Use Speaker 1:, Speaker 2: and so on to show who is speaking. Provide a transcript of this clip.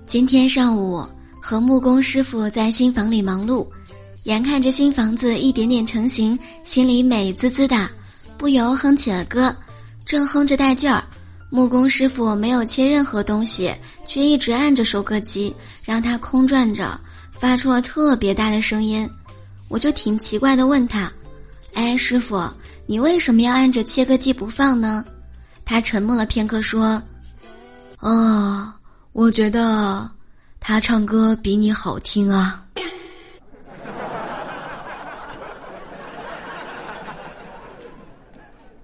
Speaker 1: 今天上午和木工师傅在新房里忙碌，眼看着新房子一点点成型，心里美滋滋的，不由哼起了歌。正哼着带劲儿，木工师傅没有切任何东西，却一直按着收割机，让它空转着，发出了特别大的声音。我就挺奇怪地问他，师傅，你为什么要按着切割机不放呢？他沉默了片刻说，我觉得他唱歌比你好听啊。